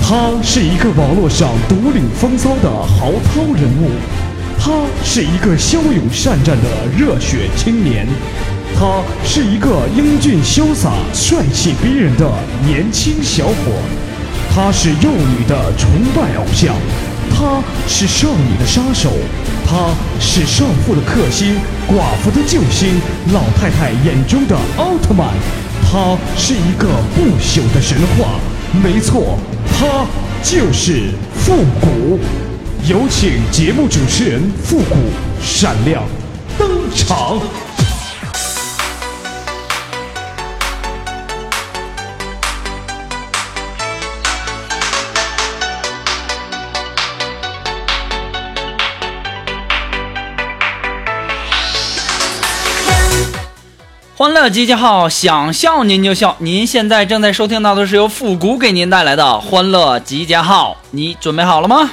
他是一个网络上独领风骚的豪涛人物，他是一个骁勇善战的热血青年，他是一个英俊潇洒、帅气逼人的年轻小伙，他是幼女的崇拜偶像，他是少女的杀手，他是少妇的克星，寡妇的救星，老太太眼中的奥特曼，他是一个不朽的神话。没错，他就是复古。有请节目主持人复古闪亮登场。 欢乐集结号，想笑您就笑。您现在正在收听到的是由复古给您带来的欢乐集结号，你准备好了吗？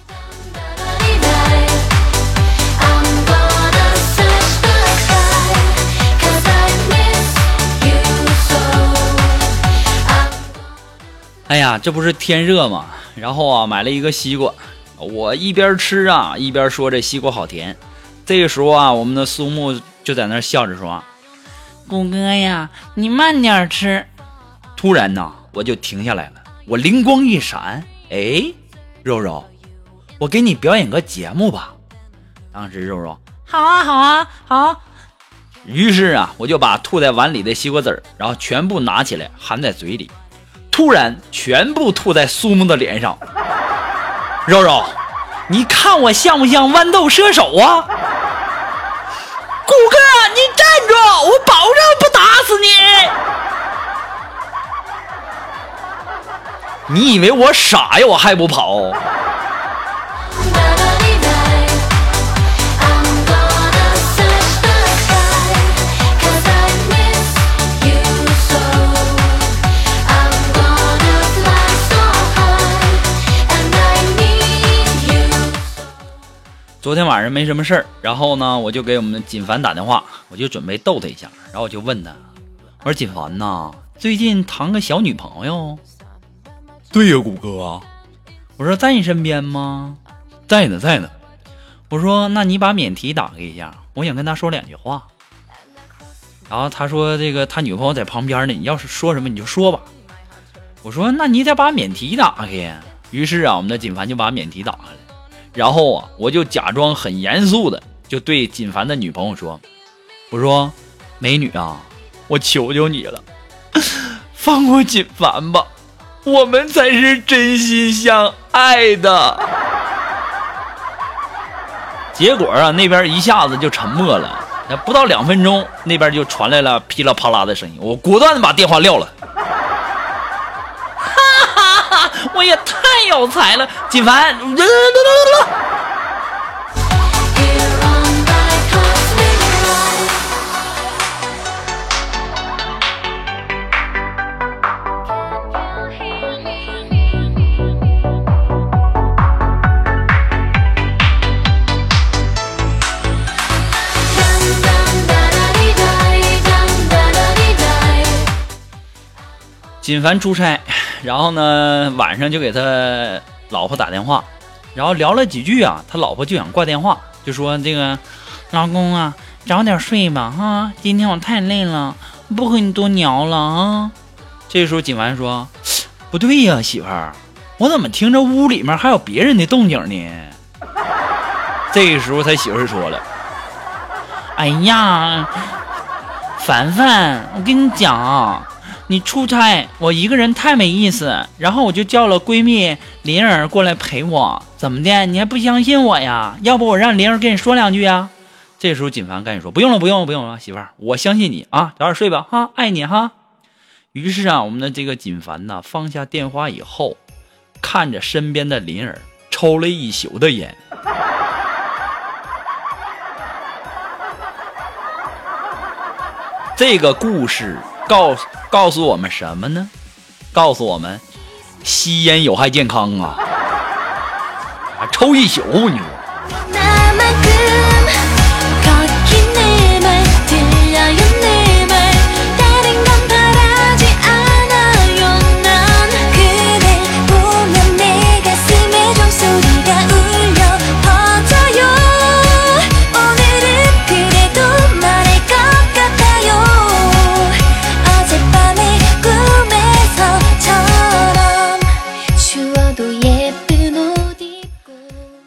哎呀，这不是天热吗？然后买了一个西瓜，我一边吃一边说这西瓜好甜。这个时候我们的苏木就在那笑着说，谷哥呀，你慢点吃。突然我就停下来了，我灵光一闪，肉肉，我给你表演个节目吧。当时肉肉，好啊。于是我就把吐在碗里的西瓜籽然后全部拿起来含在嘴里，突然全部吐在苏木的脸上。肉肉，你看我像不像豌豆射手啊？谷哥，你站住！我保证不打死你！你以为我傻呀？我还不跑？昨天晚上没什么事儿，然后呢，我就给我们锦凡打电话，我就准备逗他一下，然后我就问他，我说锦凡呐，最近谈个小女朋友？对呀，谷哥。我说在你身边吗？在呢。我说那你把免提打开一下，我想跟他说两句话。然后他说这个他女朋友在旁边呢，你要是说什么你就说吧。我说那你得把免提打开呀。于是我们的锦凡就把免提打开了。然后我就假装很严肃的就对锦凡的女朋友说，我说美女啊，我求求你了，放过锦凡吧，我们才是真心相爱的。结果那边一下子就沉默了，不到2分钟，那边就传来了噼里啪啦的声音，我果断的把电话撂了。我也太有才了，锦凡。锦凡出差，然后呢晚上就给他老婆打电话，然后聊了几句他老婆就想挂电话，就说这个老公啊，早点睡吧今天我太累了，不和你多聊了这时候锦凡说，不对呀媳妇儿，我怎么听着屋里面还有别人的动静呢？这个时候他媳妇儿说了，哎呀凡凡，我跟你讲你出差我一个人太没意思，然后我就叫了闺蜜林儿过来陪我，怎么的你还不相信我呀？要不我让林儿跟你说两句啊？这时候锦凡赶紧说，不用了媳妇儿，我相信你早点睡吧爱你于是我们的这个锦凡放下电话以后，看着身边的林儿抽了一宿的烟。这个故事告诉我们什么呢？告诉我们吸烟有害健康抽一宿你说。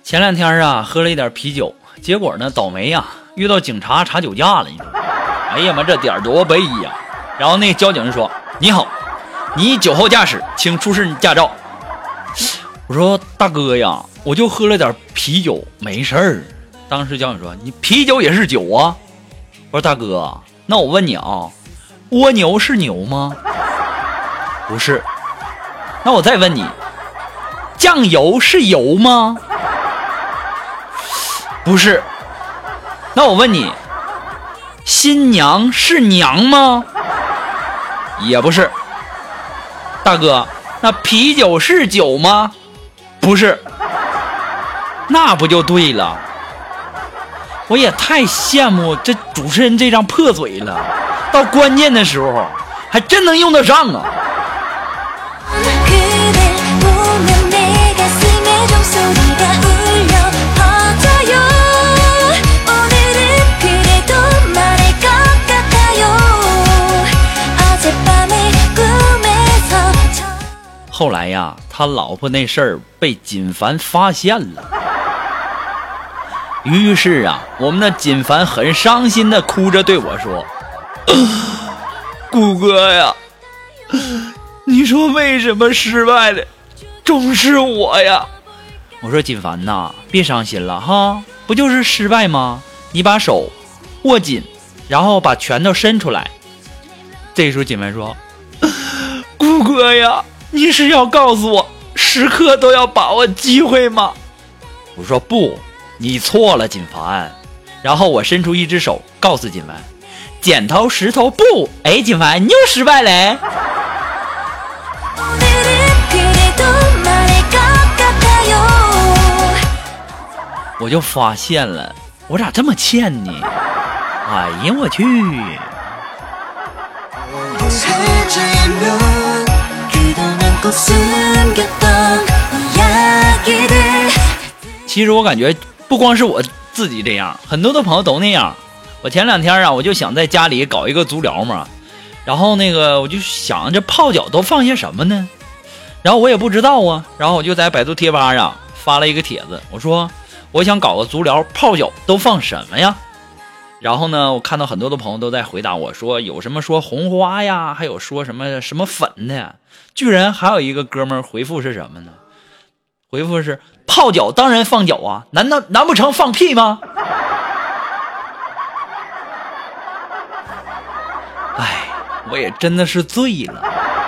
前2天啊喝了一点啤酒，结果呢倒霉啊遇到警察查酒驾了。哎呀妈，这点多悲呀！然后那交警就说：“你好，你酒后驾驶，请出示你驾照。”我说：“大哥呀，我就喝了点啤酒，没事儿。”当时交警说：“你啤酒也是酒啊？”我说：“大哥，那我问你啊，蜗牛是牛吗？”不是。那我再问你，酱油是油吗？不是。那我问你，新娘是娘吗？也不是。大哥，那啤酒是酒吗？不是。那不就对了？我也太羡慕这主持人这张破嘴了，到关键的时候还真能用得上啊。后来呀，他老婆那事儿被锦凡发现了，于是啊，我们的锦凡很伤心的哭着对我说：“顾哥呀，你说为什么失败的总是我呀？”我说：“锦凡呐，别伤心了哈，不就是失败吗？你把手握紧，然后把拳头伸出来。”这时候锦凡说：“顾哥呀，你是要告诉我时刻都要把握机会吗？”我说：“不，你错了，锦凡。”然后我伸出一只手告诉锦凡：“剪刀石头布。”哎，锦凡，你又失败了。我就发现了，我咋这么欠呢？哎呀，我去！其实我感觉不光是我自己这样，很多的朋友都那样。我前2天啊，我就想在家里搞一个足疗嘛，然后我就想这泡脚都放些什么呢？然后我也不知道啊，然后我就在百度贴吧上发了一个帖子，我说我想搞个足疗，泡脚都放什么呀？然后呢，我看到很多的朋友都在回答我说，有什么说红花呀，还有说什么什么粉的，居然还有一个哥们儿回复是什么呢？回复是泡脚当然放脚啊，难不成放屁吗？哎，我也真的是醉了。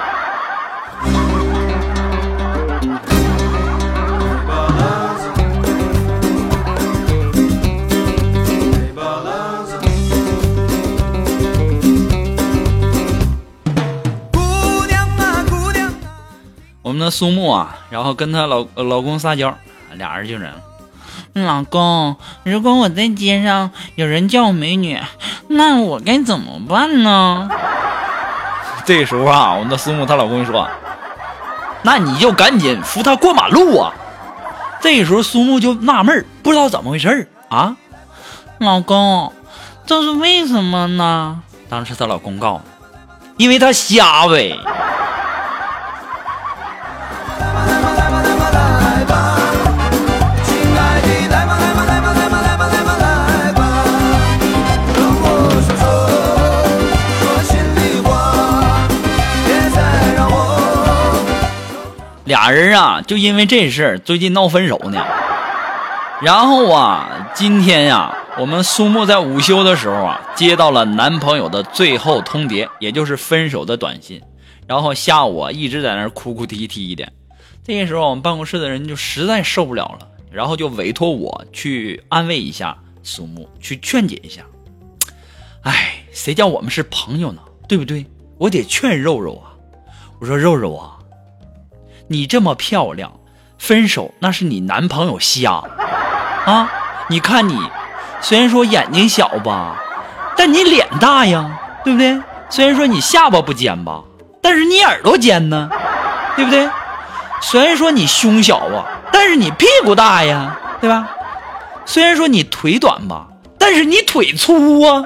我们的苏木啊，然后跟她老公撒娇，俩人就这样：“老公，如果我在街上有人叫我美女，那我该怎么办呢？”这时候啊，我们的苏木她老公就说：“那你就赶紧扶她过马路啊！”这时候苏木就纳闷，不知道怎么回事啊。老公，这是为什么呢？当时她老公告诉：“因为她瞎呗。”俩人啊，就因为这事儿最近闹分手呢。然后啊，今天呀，我们苏木在午休的时候啊，接到了男朋友的最后通牒，也就是分手的短信。然后下午啊，一直在那儿哭哭啼啼的。这时候我们办公室的人就实在受不了了，然后就委托我去安慰一下苏木，去劝解一下。哎，谁叫我们是朋友呢，对不对？我得劝肉肉啊。我说肉肉啊，你这么漂亮，分手那是你男朋友瞎啊！你看你，虽然说眼睛小吧，但你脸大呀，对不对？虽然说你下巴不尖吧，但是你耳朵尖呢，对不对？虽然说你胸小啊，但是你屁股大呀，对吧？虽然说你腿短吧，但是你腿粗啊。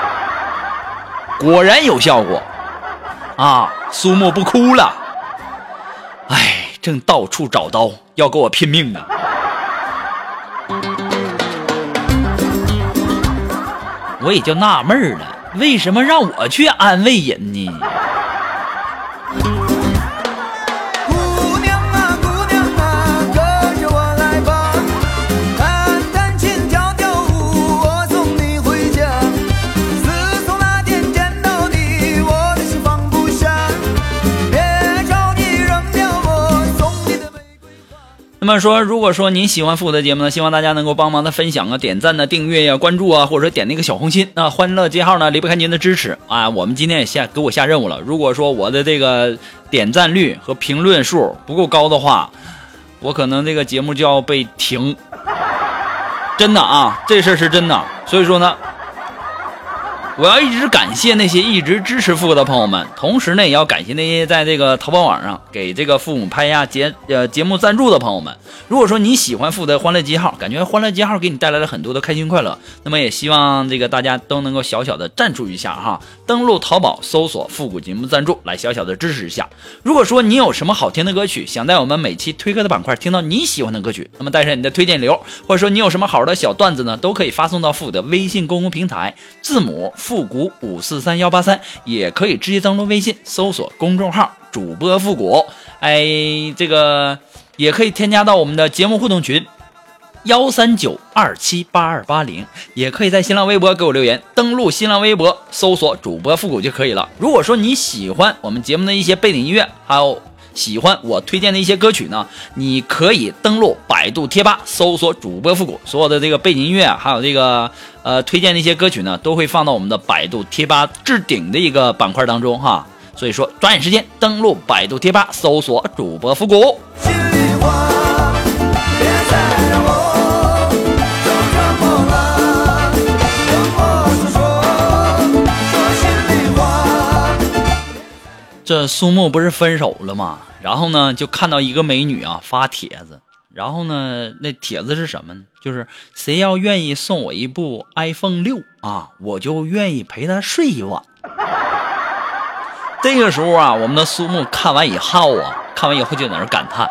果然有效果啊！苏木不哭了。哎，正到处找刀要跟我拼命呢。 我也就纳闷了，为什么让我去安慰人呢？那么说，如果说您喜欢复古的节目呢，希望大家能够帮忙的分享啊、点赞啊、订阅呀、关注啊，或者说点那个小红心啊。欢乐街号呢离不开您的支持啊。我们今天也给我下任务了，如果说我的这个点赞率和评论数不够高的话，我可能这个节目就要被停。真的啊，这事是真的。所以说呢，我要一直感谢那些一直支持复古的朋友们，同时呢也要感谢那些在这个淘宝网上给这个父母拍下节目赞助的朋友们。如果说你喜欢复古的欢乐记号，感觉欢乐记号给你带来了很多的开心快乐，那么也希望这个大家都能够小小的赞助一下哈，登录淘宝搜索复古节目赞助来小小的支持一下。如果说你有什么好听的歌曲，想在我们每期推歌的板块听到你喜欢的歌曲，那么带上你的推荐流，或者说你有什么好的小段子呢，都可以发送到复古的微信公共平台，字母复古543183，也可以直接登录微信搜索公众号主播复古，这个也可以添加到我们的节目互动群139278280，也可以在新浪微博给我留言，登录新浪微博搜索主播复古就可以了。如果说你喜欢我们节目的一些背景音乐，还有喜欢我推荐的一些歌曲呢，你可以登录百度贴吧搜索主播复古，所有的这个背景音乐还有这个推荐的一些歌曲呢，都会放到我们的百度贴吧置顶的一个板块当中哈。所以说抓紧时间登录百度贴吧搜索主播复古。这苏木不是分手了吗？然后呢就看到一个美女啊发帖子，然后呢那帖子是什么呢？就是谁要愿意送我一部 iPhone 6啊，我就愿意陪他睡一晚。这个时候啊，我们的苏木看完以后就在那感叹，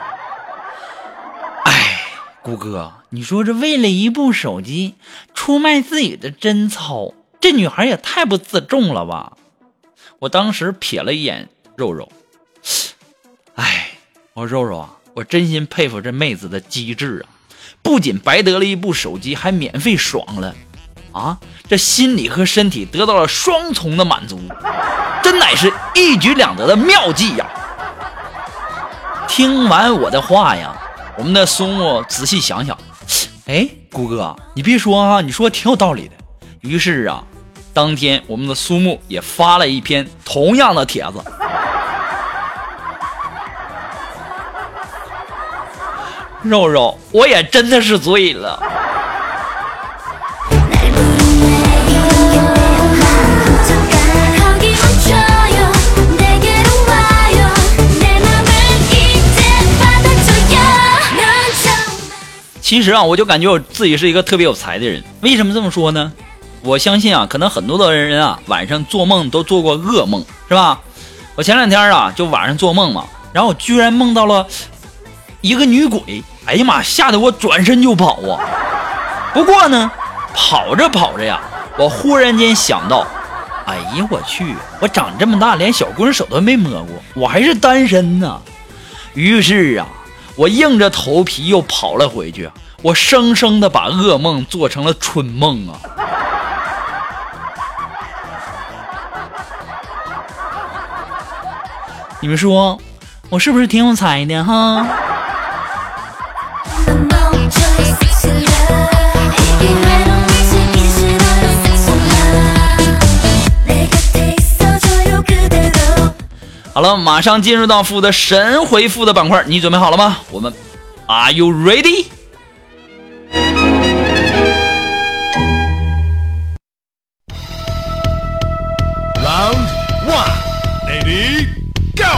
哎，顾哥，你说这为了一部手机出卖自己的贞操，这女孩也太不自重了吧。我当时瞥了一眼肉肉，哎，我肉肉啊，我真心佩服这妹子的机智啊，不仅白得了一部手机，还免费爽了啊，这心理和身体得到了双重的满足，真乃是一举两得的妙计呀。听完我的话呀，我们的苏木仔细想想，哎，顾哥你别说啊，你说挺有道理的。于是啊，当天我们的苏木也发了一篇同样的帖子。肉肉，我也真的是醉了。其实啊，我就感觉我自己是一个特别有才的人。为什么这么说呢？我相信啊，可能很多的人啊，晚上做梦都做过噩梦，是吧？我前两天啊，就晚上做梦嘛，然后我居然梦到了一个女鬼，哎呀妈，吓得我转身就跑啊！不过呢，跑着跑着呀，我忽然间想到，哎呀我去，我长这么大连小姑娘手都没摸过，我还是单身呢。于是啊，我硬着头皮又跑了回去，我生生的把噩梦做成了春梦啊！你们说我是不是挺有才的哈？好了，马上进入到复的神回复的板块，你准备好了吗？我们 Are you ready？ Round 1 Ready Go。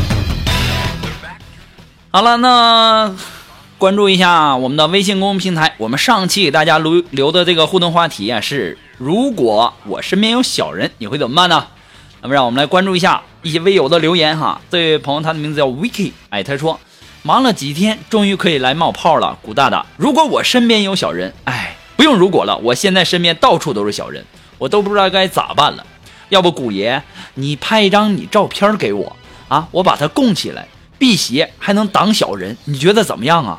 好了，那关注一下我们的微信公众平台，我们上期给大家留的这个互动话题啊是，如果我身边有小人你会怎么办呢？那么让我们来关注一下一些微友的留言哈。这位朋友他的名字叫 Vicky， 哎，他说忙了几天终于可以来冒泡了，古大大，如果我身边有小人，哎，不用如果了，我现在身边到处都是小人， 我都不知道该咋办了。要不姑爷，你拍一张你照片给我啊，我把它供起来，辟邪还能挡小人，你觉得怎么样啊？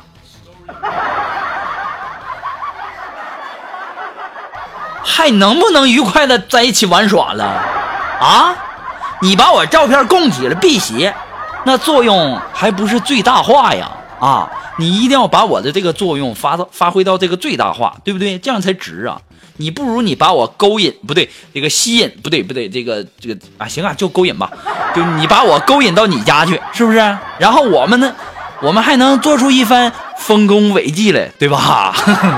还能不能愉快的在一起玩耍了啊？你把我照片供起了辟邪，那作用还不是最大化呀？啊，你一定要把我的这个作用发挥到这个最大化，对不对？这样才值啊！你不如你把我勾引，不对，这个吸引，不对，这个啊，行啊，就勾引吧，就你把我勾引到你家去，是不是？然后我们呢，我们还能做出一番丰功伟绩来，对吧？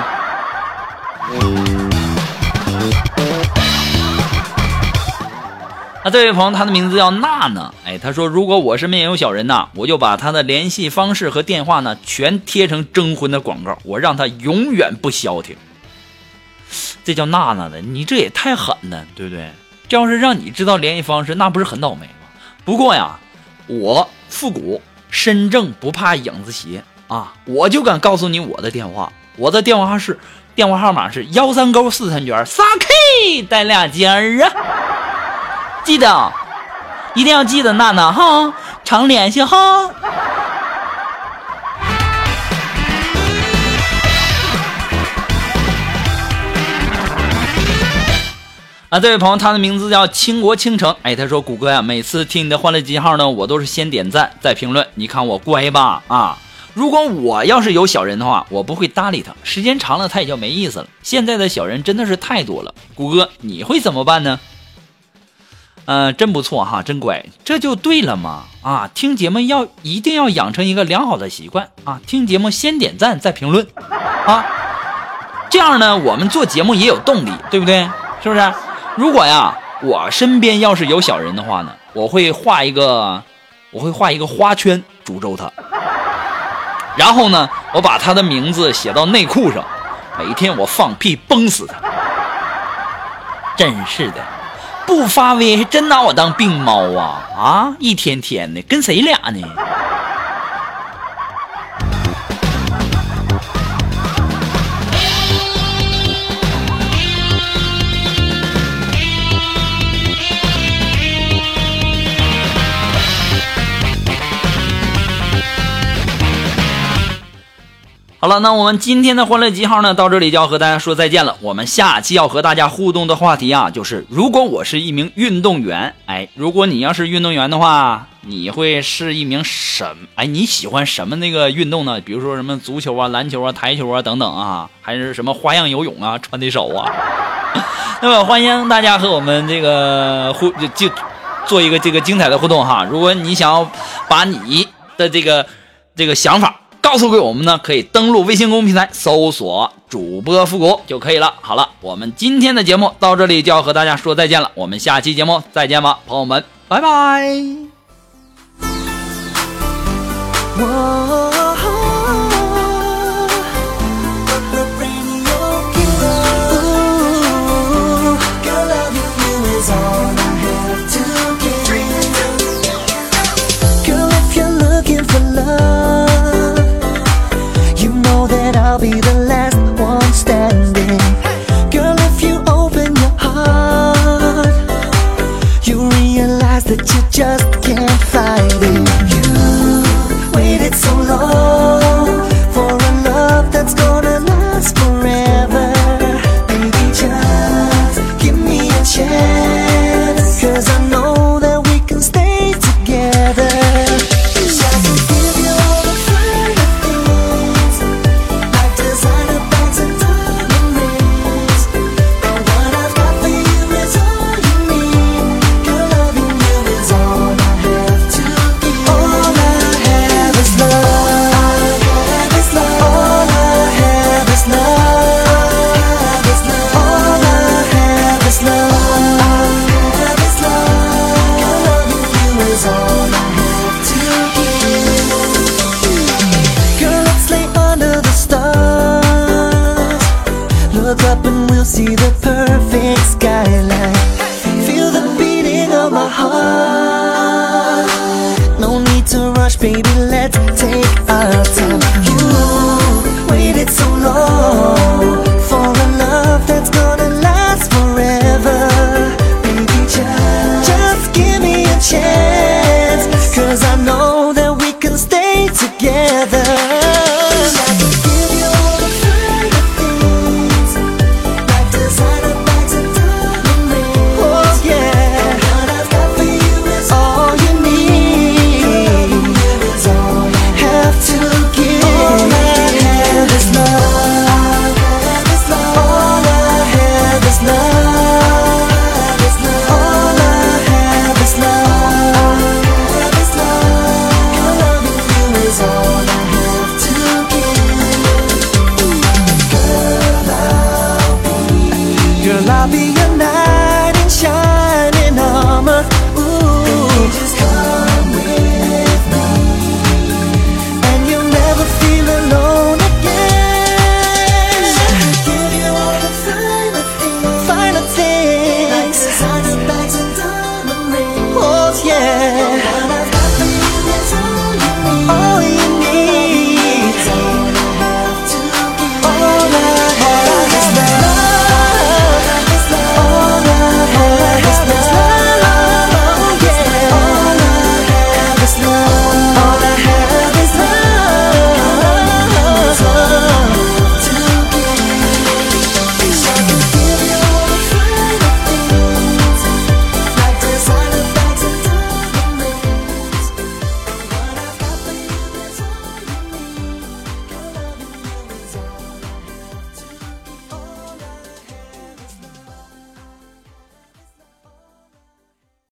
那这位朋友，他的名字叫娜娜，他说如果我身边有小人呐，我就把他的联系方式和电话呢全贴成征婚的广告，我让他永远不消停。这叫娜娜的，你这也太狠了，对不对？这要是让你知道联系方式，那不是很倒霉吗？不过呀，我复古身正不怕影子斜啊，我就敢告诉你我的电话，我的电话号码是1394三卷3K 带2尖啊。记得，一定要记得娜娜哈，常联系哈。这位朋友，他的名字叫倾国倾城，他说谷歌呀，每次听你的欢乐集号呢，我都是先点赞再评论，你看我乖吧啊？如果我要是有小人的话，我不会搭理他，时间长了他也就没意思了。现在的小人真的是太多了，谷歌你会怎么办呢？真不错哈，真乖，这就对了嘛啊！听节目一定要养成一个良好的习惯啊，听节目先点赞再评论啊，这样呢我们做节目也有动力，对不对？是不是？如果呀我身边要是有小人的话呢，我会画一个花圈诅咒他，然后呢我把他的名字写到内裤上，每天我放屁崩死他。真是的，不发威真拿我当病猫啊！一天天的跟谁俩呢？好了，那我们今天的欢乐集号呢，到这里就要和大家说再见了。我们下期要和大家互动的话题啊，就是如果我是一名运动员，如果你要是运动员的话，你会是一名你喜欢什么那个运动呢？比如说什么足球啊、篮球啊、台球啊等等啊，还是什么花样游泳啊、传递手啊？那么欢迎大家和我们这个就做一个这个精彩的互动哈。如果你想要把你的这个想法告诉给我们呢，可以登录微信公众平台搜索主播复古就可以了。好了，我们今天的节目到这里就要和大家说再见了，我们下期节目再见吧，朋友们，拜拜。 I'll be the last one standing. Girl, if you open your heart, you realize that you just can't fight it. You waited so long for a love that's gonna last forever. Baby, just give me a chance, 'cause I know that we can stay together. See the perfect skyline, feel the beating of my heart. No need to rush, baby.